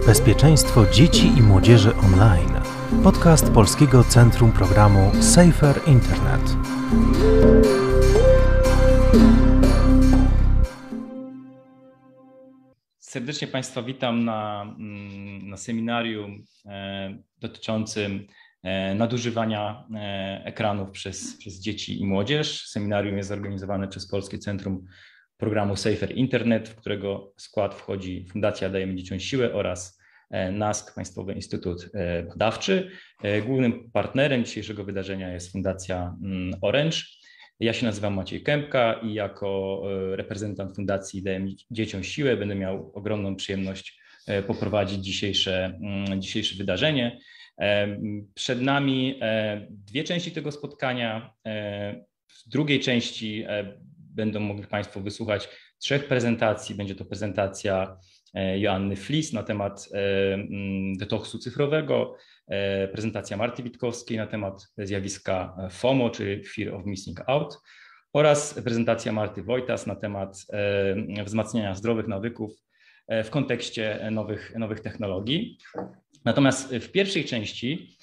Bezpieczeństwo dzieci i młodzieży online. Podcast Polskiego Centrum Programu Safer Internet. Serdecznie Państwa witam na seminarium dotyczącym nadużywania ekranów przez dzieci i młodzież. Seminarium jest zorganizowane przez Polskie Centrum Programu Safer Internet, w którego skład wchodzi Fundacja Dajemy Dzieciom Siłę oraz NASK, Państwowy Instytut Badawczy. Głównym partnerem dzisiejszego wydarzenia jest Fundacja Orange. Ja się nazywam Maciej Kępka i jako reprezentant Fundacji Dajemy Dzieciom Siłę będę miał ogromną przyjemność poprowadzić dzisiejsze wydarzenie. Przed nami dwie części tego spotkania. W drugiej części będą mogli Państwo wysłuchać trzech prezentacji. Będzie to prezentacja Joanny Flis na temat detoksu cyfrowego, prezentacja Marty Witkowskiej na temat zjawiska FOMO, czyli Fear of Missing Out, oraz prezentacja Marty Wojtas na temat wzmacniania zdrowych nawyków w kontekście nowych technologii. Natomiast w pierwszej części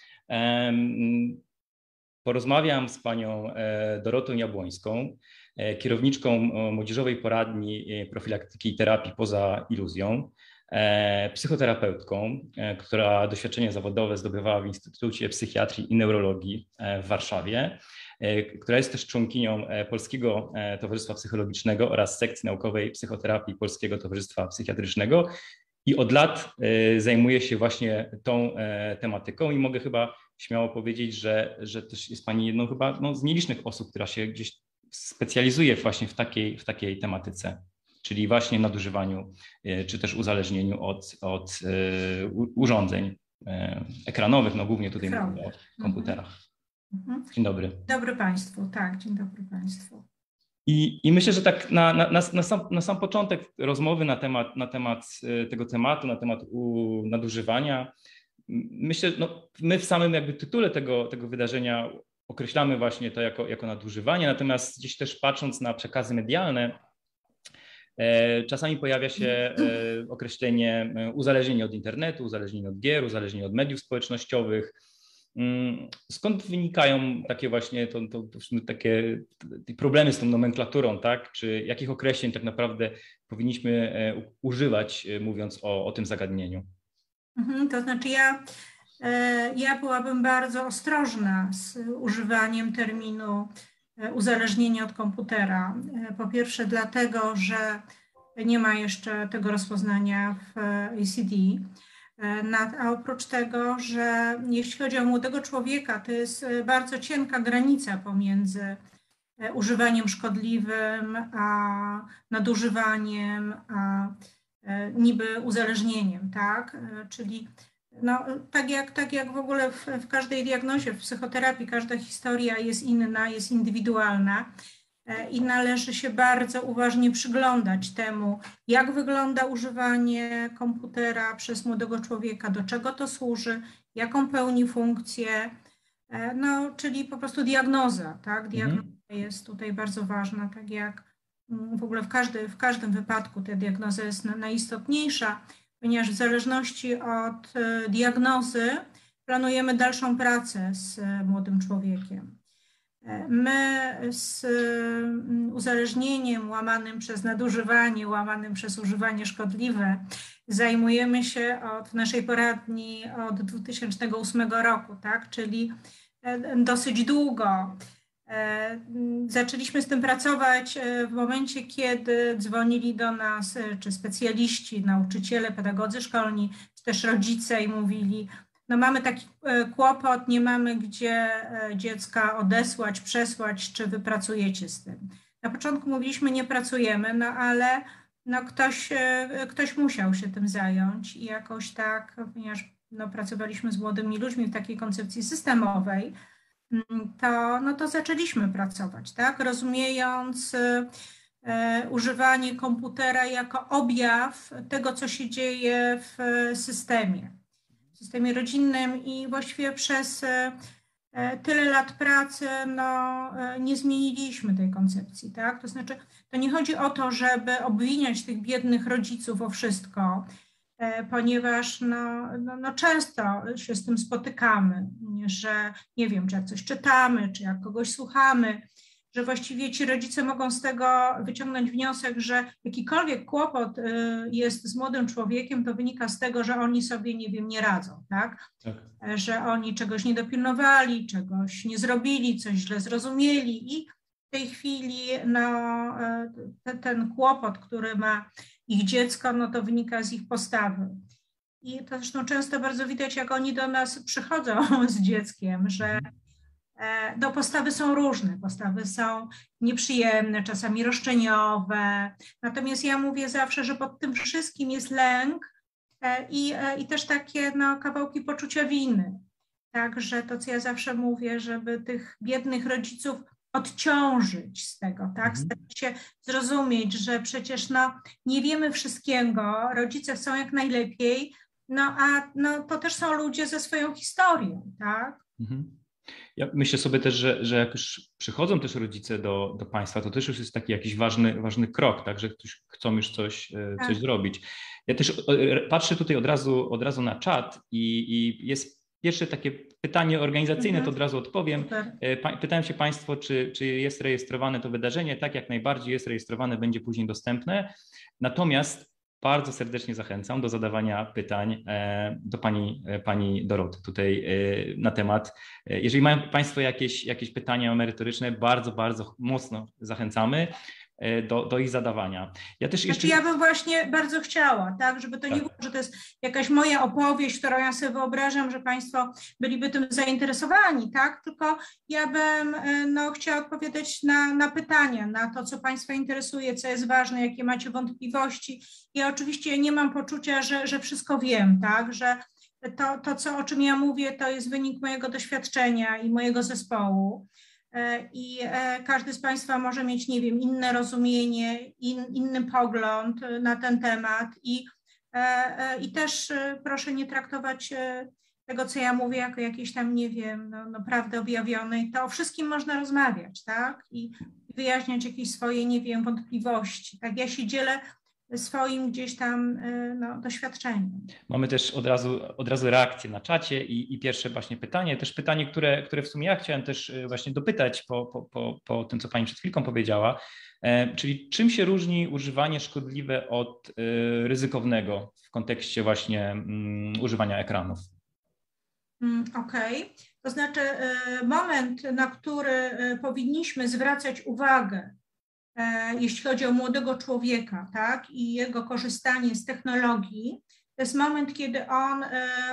porozmawiam z panią Dorotą Jabłońską, kierowniczką Młodzieżowej Poradni Profilaktyki i Terapii Poza Iluzją, psychoterapeutką, która doświadczenie zawodowe zdobywała w Instytucie Psychiatrii i Neurologii w Warszawie, która jest też członkinią Polskiego Towarzystwa Psychologicznego oraz Sekcji Naukowej Psychoterapii Polskiego Towarzystwa Psychiatrycznego i od lat zajmuje się właśnie tą tematyką i mogę chyba śmiało powiedzieć, że też jest pani jedną chyba z nielicznych osób, która się gdzieś specjalizuje właśnie w takiej tematyce, czyli właśnie nadużywaniu czy też uzależnieniu od urządzeń ekranowych, no głównie tutaj mówię o komputerach. Dzień dobry. Dobry Państwu, tak, dzień dobry Państwu. I myślę, że tak na sam początek rozmowy na temat tego tematu, na temat nadużywania, myślę, no my w samym jakby tytule tego wydarzenia określamy właśnie to jako nadużywanie, natomiast gdzieś też patrząc na przekazy medialne, czasami pojawia się określenie uzależnienie od internetu, uzależnienie od gier, uzależnienie od mediów społecznościowych. Skąd wynikają takie właśnie takie problemy z tą nomenklaturą, tak? Czy jakich określeń tak naprawdę powinniśmy używać, mówiąc o tym zagadnieniu? To znaczy ja byłabym bardzo ostrożna z używaniem terminu uzależnienie od komputera. Po pierwsze dlatego, że nie ma jeszcze tego rozpoznania w ACD, a oprócz tego, że jeśli chodzi o młodego człowieka, to jest bardzo cienka granica pomiędzy używaniem szkodliwym, a nadużywaniem, a niby uzależnieniem, tak? Czyli no, tak jak w ogóle w każdej diagnozie, w psychoterapii, każda historia jest inna, jest indywidualna i należy się bardzo uważnie przyglądać temu, jak wygląda używanie komputera przez młodego człowieka, do czego to służy, jaką pełni funkcję, no, czyli po prostu diagnoza, tak? Diagnoza jest tutaj bardzo ważna, tak jak w ogóle w każdym wypadku ta diagnoza jest najistotniejsza, ponieważ w zależności od diagnozy planujemy dalszą pracę z młodym człowiekiem. My z uzależnieniem łamanym przez nadużywanie, łamanym przez używanie szkodliwe zajmujemy się w naszej poradni od 2008 roku, tak? Czyli dosyć długo. Zaczęliśmy z tym pracować w momencie, kiedy dzwonili do nas czy specjaliści, nauczyciele, pedagodzy szkolni, czy też rodzice i mówili, no mamy taki kłopot, nie mamy gdzie dziecka odesłać, przesłać, czy wy pracujecie z tym. Na początku mówiliśmy, nie pracujemy, no ale no ktoś musiał się tym zająć i jakoś tak, ponieważ no, pracowaliśmy z młodymi ludźmi w takiej koncepcji systemowej, to zaczęliśmy pracować, tak? Rozumiejąc używanie komputera jako objaw tego, co się dzieje w systemie rodzinnym i właściwie przez tyle lat pracy nie zmieniliśmy tej koncepcji, tak? To znaczy, to nie chodzi o to, żeby obwiniać tych biednych rodziców o wszystko, ponieważ no często się z tym spotykamy, że nie wiem, czy jak coś czytamy, czy jak kogoś słuchamy, że właściwie ci rodzice mogą z tego wyciągnąć wniosek, że jakikolwiek kłopot jest z młodym człowiekiem, to wynika z tego, że oni sobie, nie wiem, nie radzą, tak? Że oni czegoś nie dopilnowali, czegoś nie zrobili, coś źle zrozumieli i w tej chwili ten kłopot, który ma ich dziecko, no to wynika z ich postawy. I to zresztą często bardzo widać, jak oni do nas przychodzą z dzieckiem, że postawy są różne, postawy są nieprzyjemne, czasami roszczeniowe. Natomiast ja mówię zawsze, że pod tym wszystkim jest lęk i też takie kawałki poczucia winy. Także to, co ja zawsze mówię, żeby tych biednych rodziców odciążyć z tego, tak? Starać się zrozumieć, że przecież nie wiemy wszystkiego, rodzice chcą jak najlepiej, a to też są ludzie ze swoją historią, tak? Ja myślę sobie też, że jak już przychodzą też rodzice do państwa, to też już jest taki jakiś ważny krok, tak, że chcą już coś zrobić. Ja też patrzę tutaj od razu na czat i jest pierwsze takie pytanie organizacyjne, to od razu odpowiem. Pytałem się Państwo, czy jest rejestrowane to wydarzenie. Tak, jak najbardziej jest rejestrowane, będzie później dostępne. Natomiast bardzo serdecznie zachęcam do zadawania pytań do pani Doroty tutaj na temat. Jeżeli mają Państwo jakieś pytania merytoryczne, bardzo mocno zachęcamy do ich zadawania. Ja też jeszcze... ja bym właśnie bardzo chciała, tak, żeby to nie było, że to jest jakaś moja opowieść, którą ja sobie wyobrażam, że Państwo byliby tym zainteresowani, tak, tylko ja bym chciała odpowiadać na pytania, na to, co Państwa interesuje, co jest ważne, jakie macie wątpliwości. Ja oczywiście nie mam poczucia, że wszystko wiem, tak, że o czym ja mówię, to jest wynik mojego doświadczenia i mojego zespołu. I każdy z Państwa może mieć, nie wiem, inne rozumienie, inny pogląd na ten temat i też proszę nie traktować tego, co ja mówię, jako jakiejś tam, nie wiem, prawdy objawionej. To o wszystkim można rozmawiać, tak? I wyjaśniać jakieś swoje, nie wiem, wątpliwości. Tak, ja się dzielę swoim gdzieś tam doświadczeniem. Mamy też od razu reakcję na czacie i pierwsze właśnie pytanie, też pytanie, które w sumie ja chciałem też właśnie dopytać po tym, co Pani przed chwilką powiedziała, czyli czym się różni używanie szkodliwe od ryzykownego w kontekście właśnie używania ekranów? Okej. To znaczy moment, na który powinniśmy zwracać uwagę, jeśli chodzi o młodego człowieka, tak, i jego korzystanie z technologii, to jest moment, kiedy on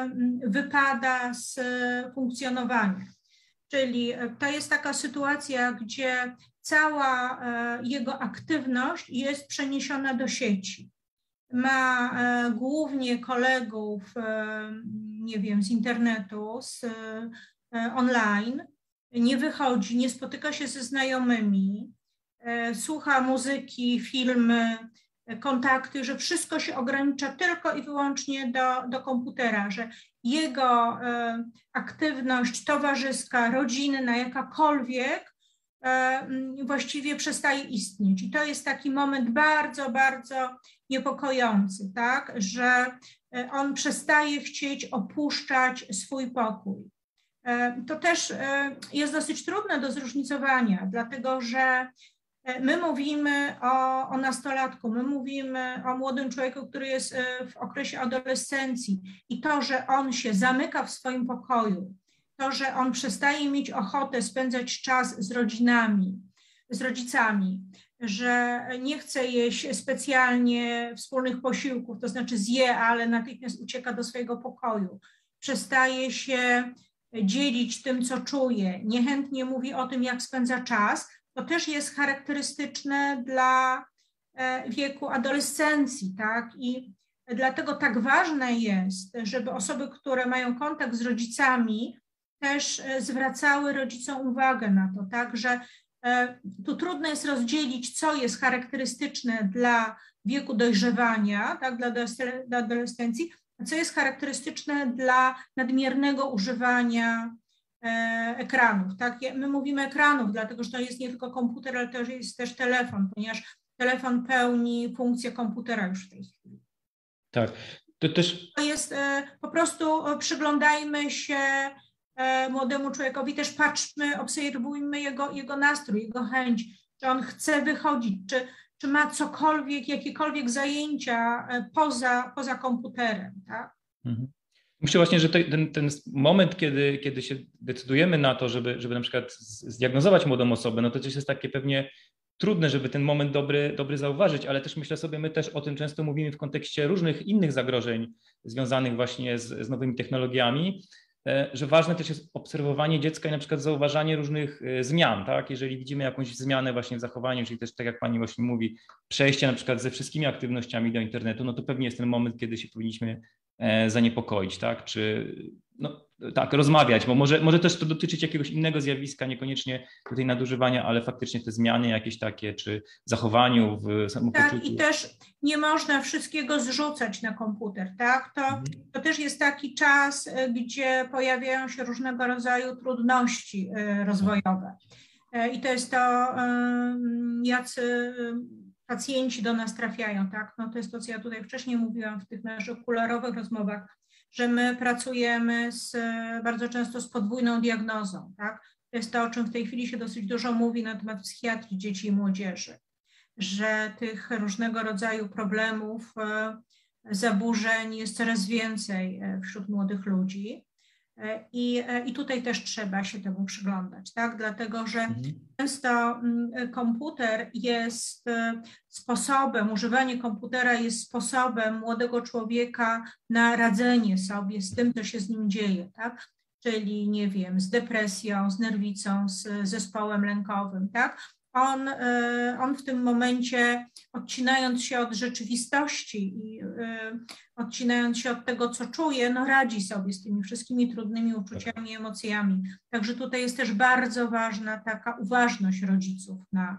wypada z funkcjonowania. Czyli to jest taka sytuacja, gdzie cała jego aktywność jest przeniesiona do sieci. Ma głównie kolegów, nie wiem, z internetu, online, nie wychodzi, nie spotyka się ze znajomymi, słucha muzyki, filmy, kontakty, że wszystko się ogranicza tylko i wyłącznie do komputera, że jego aktywność towarzyska, rodzinna, jakakolwiek właściwie przestaje istnieć. I to jest taki moment bardzo, bardzo niepokojący, tak, że on przestaje chcieć opuszczać swój pokój. To też jest dosyć trudne do zróżnicowania, dlatego że my mówimy o nastolatku, my mówimy o młodym człowieku, który jest w okresie adolescencji i to, że on się zamyka w swoim pokoju, to, że on przestaje mieć ochotę spędzać czas z rodzinami, z rodzicami, że nie chce jeść specjalnie wspólnych posiłków, to znaczy zje, ale natychmiast ucieka do swojego pokoju, przestaje się dzielić tym, co czuje, niechętnie mówi o tym, jak spędza czas, to też jest charakterystyczne dla wieku adolescencji, tak? I dlatego tak ważne jest, żeby osoby, które mają kontakt z rodzicami, też zwracały rodzicom uwagę na to, tak? Że tu trudno jest rozdzielić, co jest charakterystyczne dla wieku dojrzewania, tak? Dla adolescencji, a co jest charakterystyczne dla nadmiernego używania ekranów. Tak? My mówimy ekranów, dlatego że to jest nie tylko komputer, ale to jest też telefon, ponieważ telefon pełni funkcję komputera już w tej chwili. Tak. To też To jest po prostu przyglądajmy się młodemu człowiekowi, też patrzmy, obserwujmy jego nastrój, jego chęć, czy on chce wychodzić, czy ma cokolwiek, jakiekolwiek zajęcia poza komputerem, tak? Myślę właśnie, że ten moment, kiedy się decydujemy na to, żeby na przykład zdiagnozować młodą osobę, no to też jest takie pewnie trudne, żeby ten moment dobry zauważyć, ale też myślę sobie, my też o tym często mówimy w kontekście różnych innych zagrożeń związanych właśnie z nowymi technologiami, że ważne też jest obserwowanie dziecka i na przykład zauważanie różnych zmian, tak? Jeżeli widzimy jakąś zmianę właśnie w zachowaniu, czyli też tak jak pani właśnie mówi, przejście na przykład ze wszystkimi aktywnościami do internetu, no to pewnie jest ten moment, kiedy się powinniśmy zaniepokoić, tak? Czy no, tak, rozmawiać, bo może też to dotyczyć jakiegoś innego zjawiska, niekoniecznie tutaj nadużywania, ale faktycznie te zmiany jakieś takie, czy zachowaniu w samopoczuciu. Tak, i też nie można wszystkiego zrzucać na komputer, tak? To też jest taki czas, gdzie pojawiają się różnego rodzaju trudności rozwojowe. I to jest to, jacy pacjenci do nas trafiają, tak? No to jest to, co ja tutaj wcześniej mówiłam w tych naszych kuluarowych rozmowach, że my pracujemy bardzo często z podwójną diagnozą, tak? To jest to, o czym w tej chwili się dosyć dużo mówi na temat psychiatrii dzieci i młodzieży, że tych różnego rodzaju problemów, zaburzeń jest coraz więcej wśród młodych ludzi. I tutaj też trzeba się temu przyglądać, tak? Dlatego że często komputer jest sposobem, używanie komputera jest sposobem młodego człowieka na radzenie sobie z tym, co się z nim dzieje, tak? Czyli nie wiem, z depresją, z nerwicą, z zespołem lękowym, tak? On w tym momencie, odcinając się od rzeczywistości i odcinając się od tego, co czuje, no radzi sobie z tymi wszystkimi trudnymi uczuciami i emocjami. Także tutaj jest też bardzo ważna taka uważność rodziców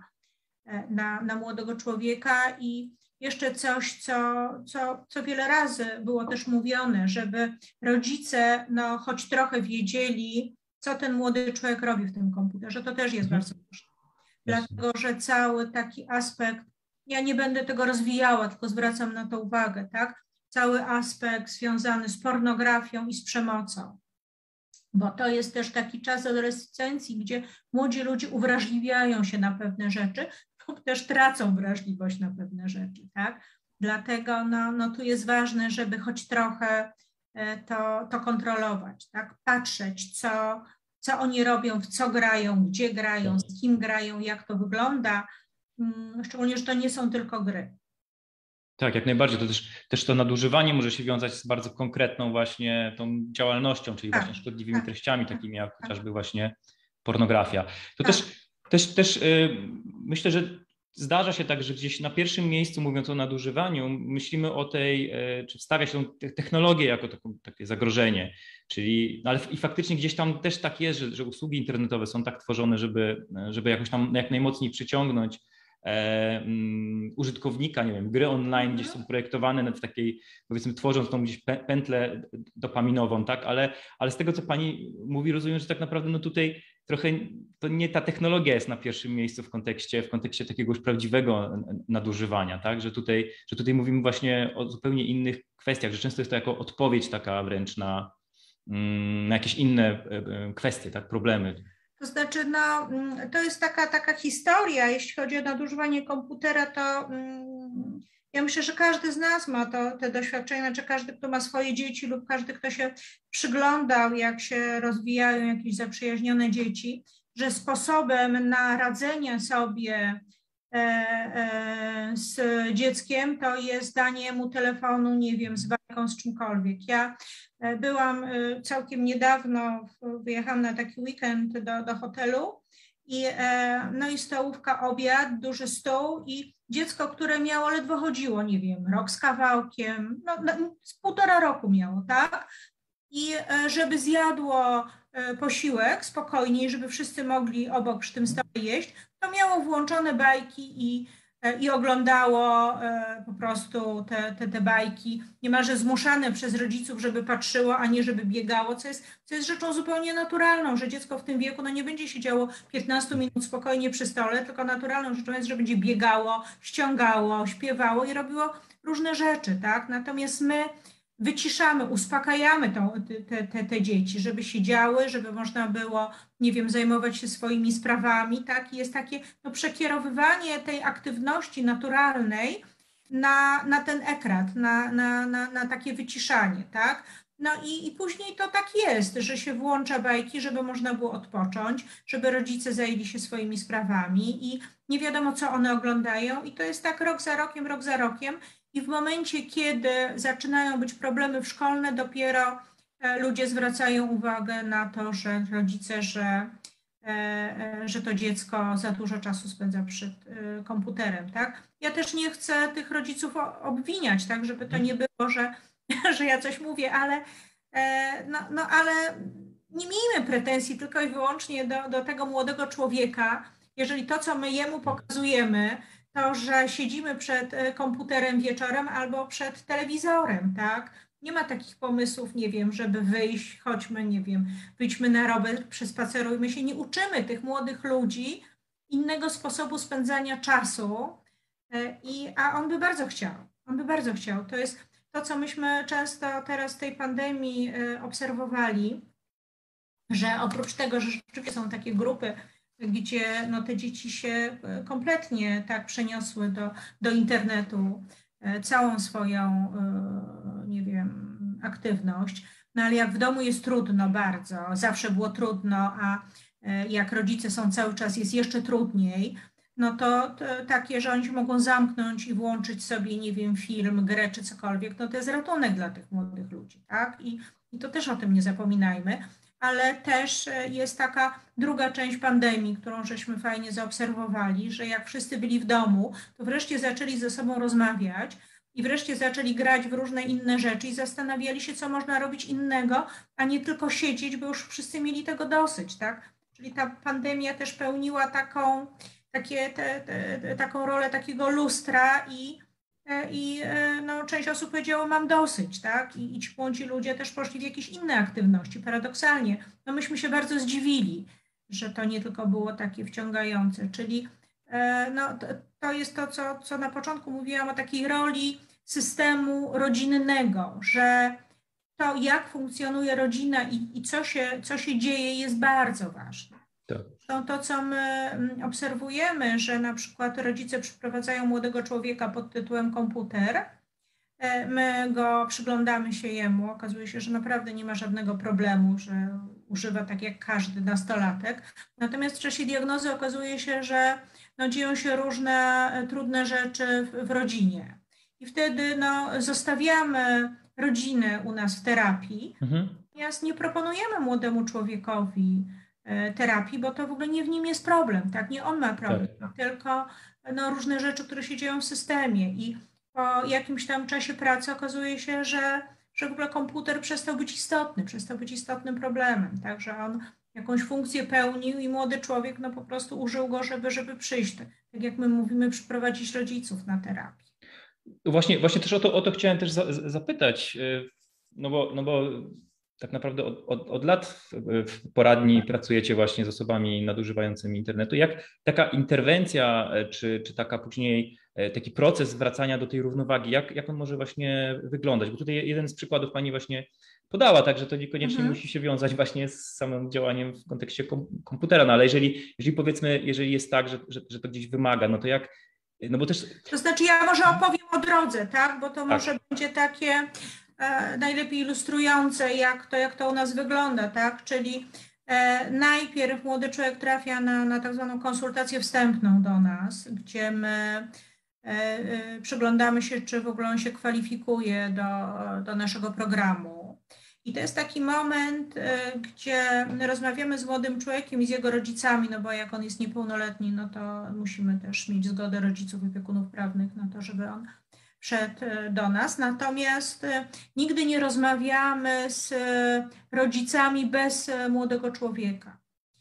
na młodego człowieka i jeszcze coś, co wiele razy było też mówione, żeby rodzice no, choć trochę wiedzieli, co ten młody człowiek robi w tym komputerze. To też jest bardzo ważne. Dlatego, że cały taki aspekt, ja nie będę tego rozwijała, tylko zwracam na to uwagę, tak? Cały aspekt związany z pornografią i z przemocą, bo to jest też taki czas adolescencji, gdzie młodzi ludzie uwrażliwiają się na pewne rzeczy lub też tracą wrażliwość na pewne rzeczy, tak? Dlatego no tu jest ważne, żeby choć trochę to kontrolować, tak? Patrzeć, co oni robią, w co grają, gdzie grają, z kim grają, jak to wygląda, szczególnie, że to nie są tylko gry. Tak, jak najbardziej. To też to nadużywanie może się wiązać z bardzo konkretną właśnie tą działalnością, czyli właśnie szkodliwymi treściami, takimi jak chociażby właśnie pornografia. To też myślę, że zdarza się tak, że gdzieś na pierwszym miejscu, mówiąc o nadużywaniu, myślimy o tej, czy wstawia się tą technologię jako takie zagrożenie, czyli, ale i faktycznie gdzieś tam też tak jest, że usługi internetowe są tak tworzone, żeby jakoś tam jak najmocniej przyciągnąć użytkownika, nie wiem, gry online gdzieś są projektowane w takiej, powiedzmy, tworząc tą gdzieś pętlę dopaminową, tak, ale z tego, co pani mówi, rozumiem, że tak naprawdę no tutaj trochę to nie ta technologia jest na pierwszym miejscu w kontekście takiego już prawdziwego nadużywania, tak, że tutaj mówimy właśnie o zupełnie innych kwestiach, że często jest to jako odpowiedź taka wręcz na jakieś inne kwestie, tak, problemy. To znaczy, no, to jest taka historia, jeśli chodzi o nadużywanie komputera, to ja myślę, że każdy z nas ma te doświadczenia, znaczy każdy, kto ma swoje dzieci lub każdy, kto się przyglądał, jak się rozwijają jakieś zaprzyjaźnione dzieci, że sposobem na radzenie sobie z dzieckiem to jest danie mu telefonu, nie wiem, z bajką, z czymkolwiek. Ja byłam całkiem niedawno, wyjechałam na taki weekend do hotelu i no i stołówka, obiad, duży stół i dziecko, które miało, ledwo chodziło, nie wiem, rok z kawałkiem, no z 1,5 roku miało, tak? I żeby zjadło posiłek spokojniej, żeby wszyscy mogli obok przy tym stole jeść, to miało włączone bajki i oglądało po prostu te bajki, niemalże zmuszane przez rodziców, żeby patrzyło, a nie żeby biegało, co jest rzeczą zupełnie naturalną, że dziecko w tym wieku no nie będzie siedziało 15 minut spokojnie przy stole, tylko naturalną rzeczą jest, że będzie biegało, ściągało, śpiewało i robiło różne rzeczy, tak? Natomiast my wyciszamy, uspokajamy te dzieci, żeby siedziały, żeby można było, nie wiem, zajmować się swoimi sprawami, tak? I jest takie no, przekierowywanie tej aktywności naturalnej na ten ekran, na takie wyciszanie, tak? No i później to tak jest, że się włącza bajki, żeby można było odpocząć, żeby rodzice zajęli się swoimi sprawami i nie wiadomo, co one oglądają i to jest tak rok za rokiem i w momencie, kiedy zaczynają być problemy szkolne, dopiero ludzie zwracają uwagę na to, że rodzice, że to dziecko za dużo czasu spędza przed komputerem, tak? Ja też nie chcę tych rodziców obwiniać, tak, żeby to nie było, że ja coś mówię, ale, ale nie miejmy pretensji tylko i wyłącznie do tego młodego człowieka, jeżeli to, co my jemu pokazujemy, to, że siedzimy przed komputerem wieczorem albo przed telewizorem, tak? Nie ma takich pomysłów, nie wiem, żeby wyjść, chodźmy, nie wiem, wyjdźmy na rower, przespacerujmy się. Nie uczymy tych młodych ludzi innego sposobu spędzania czasu, a on by bardzo chciał. On by bardzo chciał. To jest to, co myśmy często teraz w tej pandemii obserwowali, że oprócz tego, że rzeczywiście są takie grupy, gdzie no, te dzieci się kompletnie tak przeniosły do internetu, całą swoją, nie wiem, aktywność, no ale jak w domu jest trudno bardzo, zawsze było trudno, a jak rodzice są cały czas, jest jeszcze trudniej, no to takie, że oni się mogą zamknąć i włączyć sobie, nie wiem, film, grę czy cokolwiek, no to jest ratunek dla tych młodych ludzi, tak? I to też o tym nie zapominajmy. Ale też jest taka druga część pandemii, którą żeśmy fajnie zaobserwowali, że jak wszyscy byli w domu, to wreszcie zaczęli ze sobą rozmawiać i wreszcie zaczęli grać w różne inne rzeczy i zastanawiali się, co można robić innego, a nie tylko siedzieć, bo już wszyscy mieli tego dosyć, tak? Czyli ta pandemia też pełniła taką rolę takiego lustra i no, część osób powiedziało, mam dosyć, tak? I ci młodzi ludzie też poszli w jakieś inne aktywności. Paradoksalnie, no myśmy się bardzo zdziwili, że to nie tylko było takie wciągające, czyli no, to jest to, co na początku mówiłam o takiej roli systemu rodzinnego, że to, jak funkcjonuje rodzina i co się dzieje, jest bardzo ważne. To, co my obserwujemy, że na przykład rodzice przyprowadzają młodego człowieka pod tytułem komputer, my go przyglądamy się jemu, okazuje się, że naprawdę nie ma żadnego problemu, że używa tak jak każdy nastolatek. Natomiast w czasie diagnozy okazuje się, że no, dzieją się różne trudne rzeczy w rodzinie. I wtedy no, zostawiamy rodzinę u nas w terapii, natomiast nie proponujemy młodemu człowiekowi terapii, bo to w ogóle nie w nim jest problem, tak? Nie on ma problem, tylko no, różne rzeczy, które się dzieją w systemie i po jakimś tam czasie pracy okazuje się, że w ogóle komputer przestał być istotnym problemem, tak? Że on jakąś funkcję pełnił i młody człowiek no, po prostu użył go, żeby przyjść, tak jak my mówimy, przyprowadzić rodziców na terapię. Właśnie też o to chciałem też zapytać, no bo tak naprawdę od lat w poradni pracujecie właśnie z osobami nadużywającymi internetu. Jak taka interwencja, czy taka później taki proces wracania do tej równowagi, jak on może właśnie wyglądać? Bo tutaj jeden z przykładów pani właśnie podała, także to niekoniecznie musi się wiązać właśnie z samym działaniem w kontekście komputera, no ale jeżeli powiedzmy, jeżeli jest tak, że to gdzieś wymaga, no to jak, no bo też... To znaczy ja może opowiem o drodze, tak, bo to może będzie takie najlepiej ilustrujące, jak to u nas wygląda, tak, czyli najpierw młody człowiek trafia na tak zwaną konsultację wstępną do nas, gdzie my przyglądamy się, czy w ogóle on się kwalifikuje do naszego programu. I to jest taki moment, gdzie rozmawiamy z młodym człowiekiem i z jego rodzicami, no bo jak on jest niepełnoletni, no to musimy też mieć zgodę rodziców i opiekunów prawnych na to, żeby on wszedł do nas. Natomiast nigdy nie rozmawiamy z rodzicami bez młodego człowieka.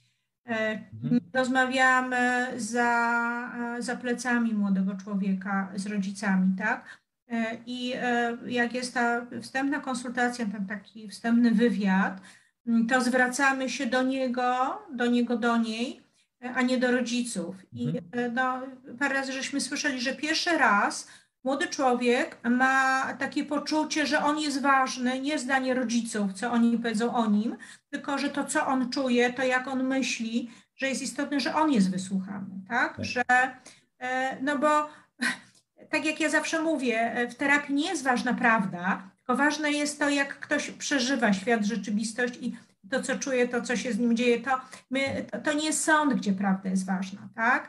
Rozmawiamy za plecami młodego człowieka z rodzicami, tak? I jak jest ta wstępna konsultacja, ten taki wstępny wywiad, to zwracamy się do niej, a nie do rodziców. I no, parę razy żeśmy słyszeli, że pierwszy raz młody człowiek ma takie poczucie, że on jest ważny, nie zdanie rodziców, co oni powiedzą o nim, tylko że to, co on czuje, to jak on myśli, że jest istotne, że on jest wysłuchany, tak? Że, no bo tak jak ja zawsze mówię, w terapii nie jest ważna prawda, tylko ważne jest to, jak ktoś przeżywa świat, rzeczywistość i to, co czuje, to, co się z nim dzieje, to nie jest sąd, gdzie prawda jest ważna, tak?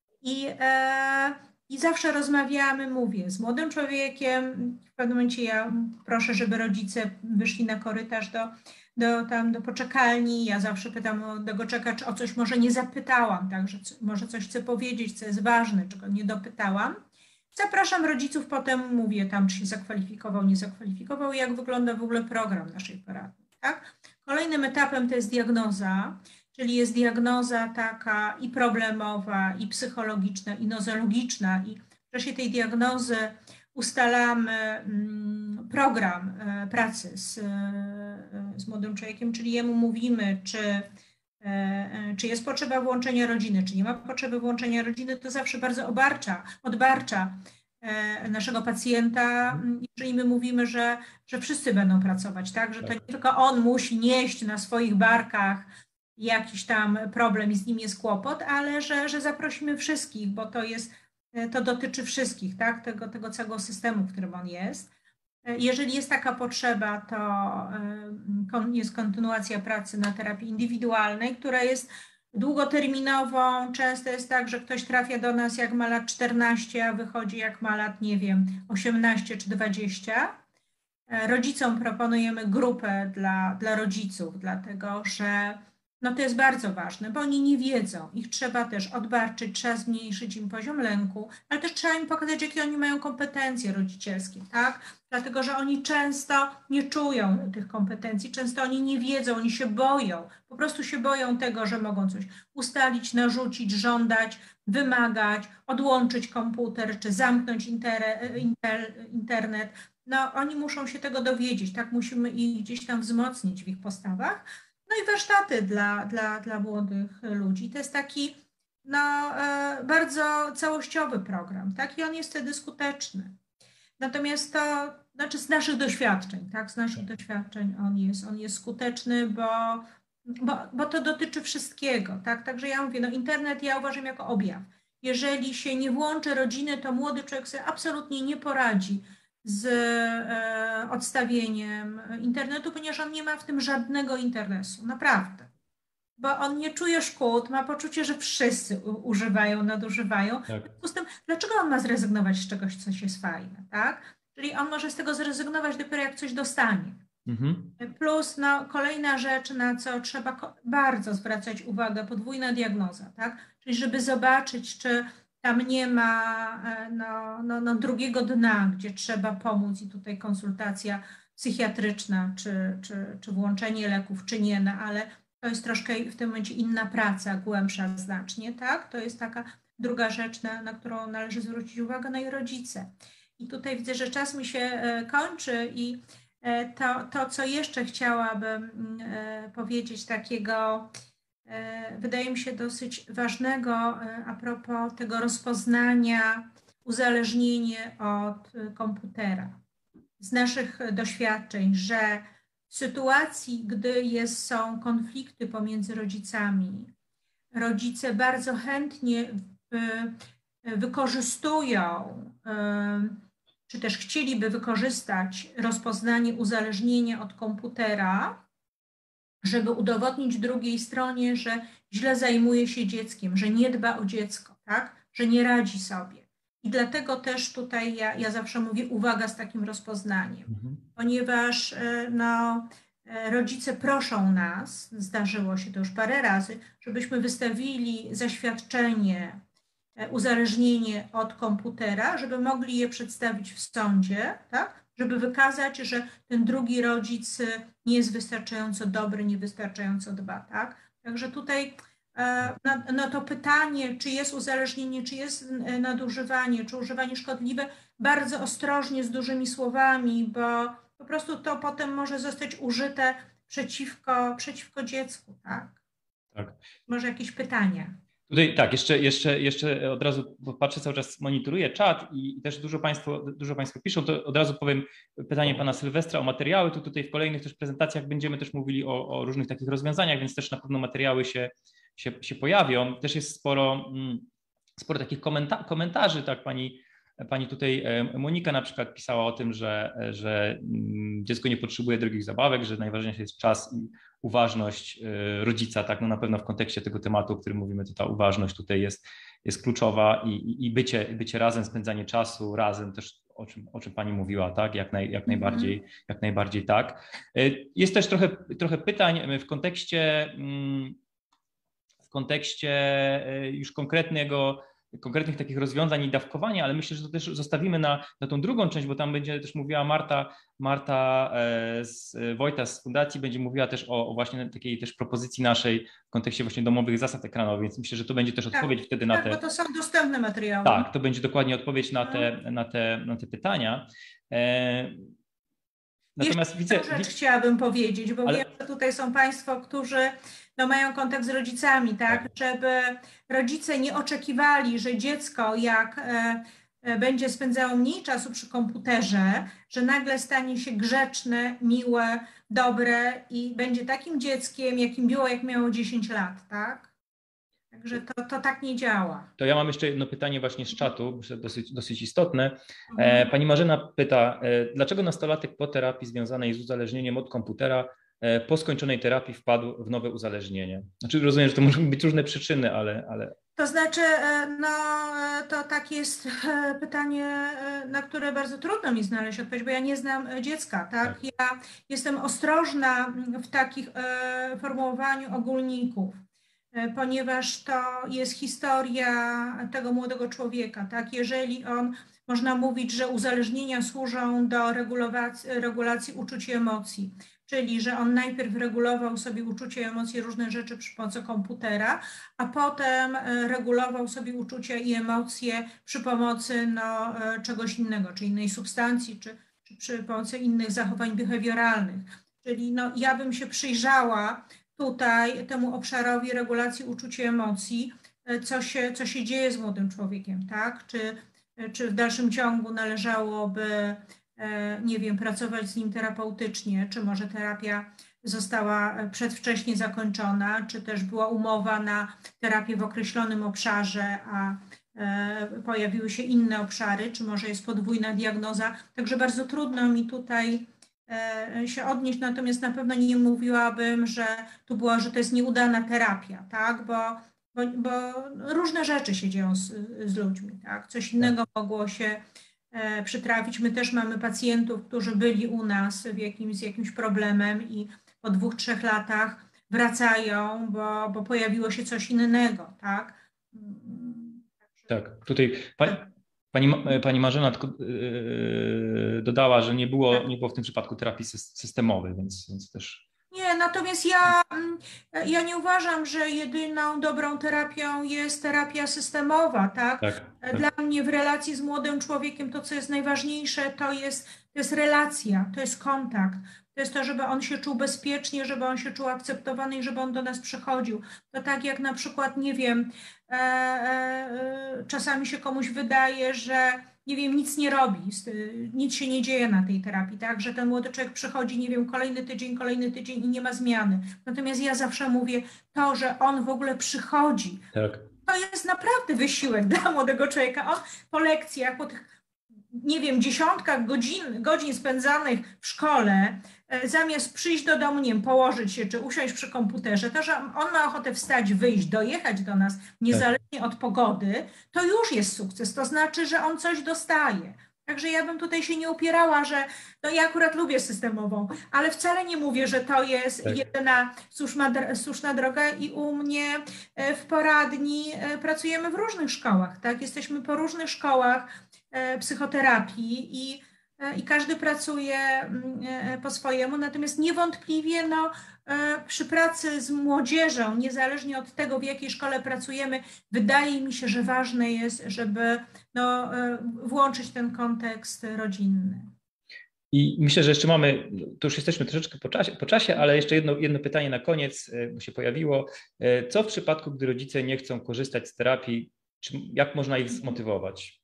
I zawsze rozmawiamy, mówię, z młodym człowiekiem. W pewnym momencie ja proszę, żeby rodzice wyszli na korytarz do poczekalni. Ja zawsze pytam młodego czeka, czy o coś może nie zapytałam, tak, że może coś chcę powiedzieć, co jest ważne, czego nie dopytałam. Zapraszam rodziców, potem mówię tam, czy się zakwalifikował, nie zakwalifikował, jak wygląda w ogóle program naszej poradni, tak? Kolejnym etapem to jest diagnoza, czyli jest diagnoza taka i problemowa, i psychologiczna, i nozologiczna. I w czasie tej diagnozy ustalamy program pracy z młodym człowiekiem, czyli jemu mówimy, czy jest potrzeba włączenia rodziny, czy nie ma potrzeby włączenia rodziny. To zawsze bardzo odbarcza naszego pacjenta, jeżeli my mówimy, że wszyscy będą pracować, tak? Że to nie tylko on musi nieść na swoich barkach jakiś tam problem i z nim jest kłopot, ale że zaprosimy wszystkich, bo to dotyczy wszystkich, tak? Tego całego systemu, w którym on jest. Jeżeli jest taka potrzeba, to jest kontynuacja pracy na terapii indywidualnej, która jest długoterminową. Często jest tak, że ktoś trafia do nas jak ma lat 14, a wychodzi jak ma lat, nie wiem, 18 czy 20. Rodzicom proponujemy grupę dla rodziców, dlatego że no to jest bardzo ważne, bo oni nie wiedzą. Ich trzeba też odbarczyć, trzeba zmniejszyć im poziom lęku, ale też trzeba im pokazać, jakie oni mają kompetencje rodzicielskie, tak? Dlatego, że oni często nie czują tych kompetencji, często oni nie wiedzą, oni się boją, po prostu się boją tego, że mogą coś ustalić, narzucić, żądać, wymagać, odłączyć komputer, czy zamknąć internet. No, oni muszą się tego dowiedzieć, tak? Musimy ich gdzieś tam wzmocnić w ich postawach. No i warsztaty dla młodych ludzi. To jest taki bardzo całościowy program, tak? I on jest wtedy skuteczny. Natomiast to, znaczy z naszych doświadczeń, tak? Z naszych doświadczeń on jest skuteczny, bo to dotyczy wszystkiego, tak? Także ja mówię, no internet ja uważam jako objaw. Jeżeli się nie włączy rodziny, to młody człowiek sobie absolutnie nie poradzi z odstawieniem internetu, ponieważ on nie ma w tym żadnego interesu, naprawdę. Bo on nie czuje szkód, ma poczucie, że wszyscy używają, nadużywają. Tak. W związku z tym, dlaczego on ma zrezygnować z czegoś, co jest fajne, tak? Czyli on może z tego zrezygnować dopiero jak coś dostanie. Plus kolejna rzecz, na co trzeba bardzo zwracać uwagę, podwójna diagnoza, tak? Czyli żeby zobaczyć, czy tam nie ma drugiego dna, gdzie trzeba pomóc i tutaj konsultacja psychiatryczna, czy włączenie leków, czy nie, no ale to jest troszkę w tym momencie inna praca, głębsza znacznie, tak? To jest taka druga rzecz, na którą należy zwrócić uwagę, no i rodzice. I tutaj widzę, że czas mi się kończy i to co jeszcze chciałabym powiedzieć takiego, wydaje mi się dosyć ważnego a propos tego rozpoznania uzależnienie od komputera. Z naszych doświadczeń, że w sytuacji, gdy są konflikty pomiędzy rodzicami, rodzice bardzo chętnie wykorzystują, czy też chcieliby wykorzystać rozpoznanie uzależnienia od komputera, żeby udowodnić drugiej stronie, że źle zajmuje się dzieckiem, że nie dba o dziecko, tak? Że nie radzi sobie. I dlatego też tutaj ja zawsze mówię, uwaga z takim rozpoznaniem, ponieważ rodzice proszą nas, zdarzyło się to już parę razy, żebyśmy wystawili zaświadczenie, uzależnienie od komputera, żeby mogli je przedstawić w sądzie, tak? Żeby wykazać, że ten drugi rodzic nie jest wystarczająco dobry, niewystarczająco dba, tak? Także tutaj to pytanie, czy jest uzależnienie, czy jest nadużywanie, czy używanie szkodliwe, bardzo ostrożnie, z dużymi słowami, bo po prostu to potem może zostać użyte przeciwko dziecku, tak? Tak. Może jakieś pytania? Tutaj tak, jeszcze od razu, bo patrzę, cały czas monitoruję czat i też dużo Państwo piszą, to od razu powiem pytanie pana Sylwestra o materiały. Tutaj w kolejnych też prezentacjach będziemy też mówili o różnych takich rozwiązaniach, więc też na pewno materiały się pojawią. Też jest sporo takich komentarzy, tak, pani tutaj Monika na przykład pisała o tym, że dziecko nie potrzebuje drogich zabawek, że najważniejszy jest czas i uważność rodzica, tak, no na pewno w kontekście tego tematu, o którym mówimy, to ta uważność tutaj jest kluczowa i bycie razem, spędzanie czasu razem też, o czym pani mówiła, tak, jak najbardziej tak. Jest też trochę pytań w kontekście już konkretnych takich rozwiązań i dawkowania, ale myślę, że to też zostawimy na tą drugą część, bo tam będzie też mówiła Marta Wojta z Fundacji, będzie mówiła też o właśnie takiej też propozycji naszej w kontekście właśnie domowych zasad ekranowych, więc myślę, że to będzie też odpowiedź wtedy na te... bo to są dostępne materiały. Tak, to będzie dokładnie odpowiedź na te pytania. Natomiast widzę... rzecz chciałabym powiedzieć, bo wiem, że tutaj są Państwo, którzy mają kontakt z rodzicami, tak? Żeby rodzice nie oczekiwali, że dziecko jak będzie spędzało mniej czasu przy komputerze, że nagle stanie się grzeczne, miłe, dobre i będzie takim dzieckiem, jakim było, jak miało 10 lat, tak? Także to tak nie działa. To ja mam jeszcze jedno pytanie właśnie z czatu, dosyć istotne. Pani Marzena pyta, dlaczego nastolatek po terapii związanej z uzależnieniem od komputera po skończonej terapii wpadł w nowe uzależnienie? Znaczy rozumiem, że to mogą być różne przyczyny, ale... To znaczy, to tak jest pytanie, na które bardzo trudno mi znaleźć odpowiedź, bo ja nie znam dziecka, tak? Ja jestem ostrożna w takich formułowaniu ogólników, ponieważ to jest historia tego młodego człowieka, tak? Jeżeli można mówić, że uzależnienia służą do regulacji uczuć i emocji, czyli że on najpierw regulował sobie uczucia i emocje, różne rzeczy przy pomocy komputera, a potem regulował sobie uczucia i emocje przy pomocy czegoś innego, czy innej substancji, czy przy pomocy innych zachowań behawioralnych. Czyli ja bym się przyjrzała tutaj temu obszarowi regulacji uczuć i emocji, co się dzieje z młodym człowiekiem, tak? Czy w dalszym ciągu należałoby, nie wiem, pracować z nim terapeutycznie, czy może terapia została przedwcześnie zakończona, czy też była umowa na terapię w określonym obszarze, a pojawiły się inne obszary, czy może jest podwójna diagnoza. Także bardzo trudno mi tutaj się odnieść, natomiast na pewno nie mówiłabym, że to jest nieudana terapia, tak? Bo różne rzeczy się dzieją z ludźmi, tak? Coś innego mogło się przytrafić. My też mamy pacjentów, którzy byli u nas z jakimś problemem i po 2-3 latach wracają, bo pojawiło się coś innego, tak? Tak, tutaj pani Marzena dodała, że nie było w tym przypadku terapii systemowej, więc też... Nie, natomiast ja nie uważam, że jedyną dobrą terapią jest terapia systemowa, tak? Dla mnie w relacji z młodym człowiekiem to, co jest najważniejsze, to jest relacja, to jest kontakt. To jest to, żeby on się czuł bezpiecznie, żeby on się czuł akceptowany i żeby on do nas przychodził. To tak jak na przykład, nie wiem, czasami się komuś wydaje, że nie wiem, nic nie robi, nic się nie dzieje na tej terapii, tak, że ten młody człowiek przychodzi, nie wiem, kolejny tydzień i nie ma zmiany. Natomiast ja zawsze mówię, to, że on w ogóle przychodzi, to jest naprawdę wysiłek dla młodego człowieka. On po lekcjach, po tych, nie wiem, dziesiątkach godzin spędzanych w szkole, zamiast przyjść do domu, nie wiem, położyć się czy usiąść przy komputerze, to, że on ma ochotę wstać, wyjść, dojechać do nas, niezależnie od pogody, to już jest sukces. To znaczy, że on coś dostaje. Także ja bym tutaj się nie upierała, że ja akurat lubię systemową, ale wcale nie mówię, że to jest jedyna słuszna droga i u mnie w poradni pracujemy w różnych szkołach, tak? Jesteśmy po różnych szkołach psychoterapii i każdy pracuje po swojemu, natomiast niewątpliwie przy pracy z młodzieżą, niezależnie od tego, w jakiej szkole pracujemy, wydaje mi się, że ważne jest, żeby włączyć ten kontekst rodzinny. I myślę, że jeszcze mamy, to już jesteśmy troszeczkę po czasie, ale jeszcze jedno pytanie na koniec, bo się pojawiło. Co w przypadku, gdy rodzice nie chcą korzystać z terapii, jak można ich zmotywować?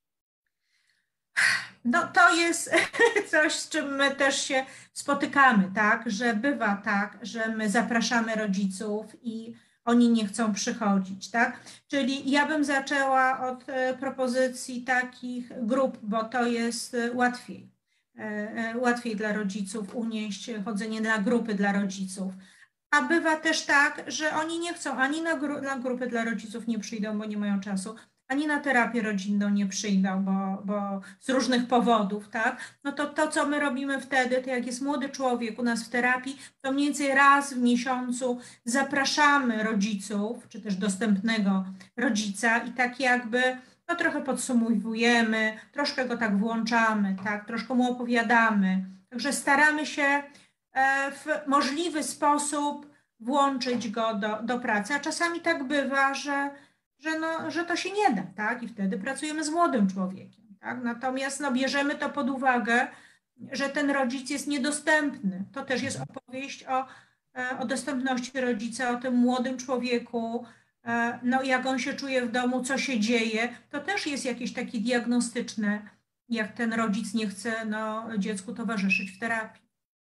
No to jest coś, z czym my też się spotykamy, tak, że bywa tak, że my zapraszamy rodziców i oni nie chcą przychodzić, tak? Czyli ja bym zaczęła od propozycji takich grup, bo to jest łatwiej dla rodziców unieść chodzenie na grupy dla rodziców. A bywa też tak, że oni nie chcą, ani na grupy dla rodziców nie przyjdą, bo nie mają czasu, ani na terapię rodzinną nie przyjdą, bo z różnych powodów, tak? No to, co my robimy wtedy, to jak jest młody człowiek u nas w terapii, to mniej więcej raz w miesiącu zapraszamy rodziców, czy też dostępnego rodzica i tak jakby no trochę podsumowujemy, troszkę go tak włączamy, tak? Troszkę mu opowiadamy. Także staramy się w możliwy sposób włączyć go do pracy, a czasami tak bywa, że to się nie da, tak? I wtedy pracujemy z młodym człowiekiem, tak? Natomiast bierzemy to pod uwagę, że ten rodzic jest niedostępny. To też jest opowieść o dostępności rodzica, o tym młodym człowieku, jak on się czuje w domu, co się dzieje. To też jest jakieś takie diagnostyczne, jak ten rodzic nie chce dziecku towarzyszyć w terapii.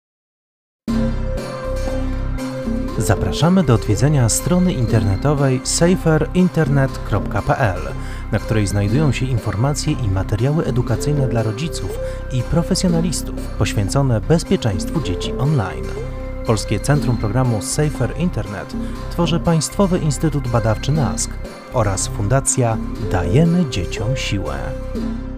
Zapraszamy do odwiedzenia strony internetowej saferinternet.pl, na której znajdują się informacje i materiały edukacyjne dla rodziców i profesjonalistów poświęcone bezpieczeństwu dzieci online. Polskie Centrum Programu Safer Internet tworzy Państwowy Instytut Badawczy NASK oraz Fundacja Dajemy Dzieciom Siłę.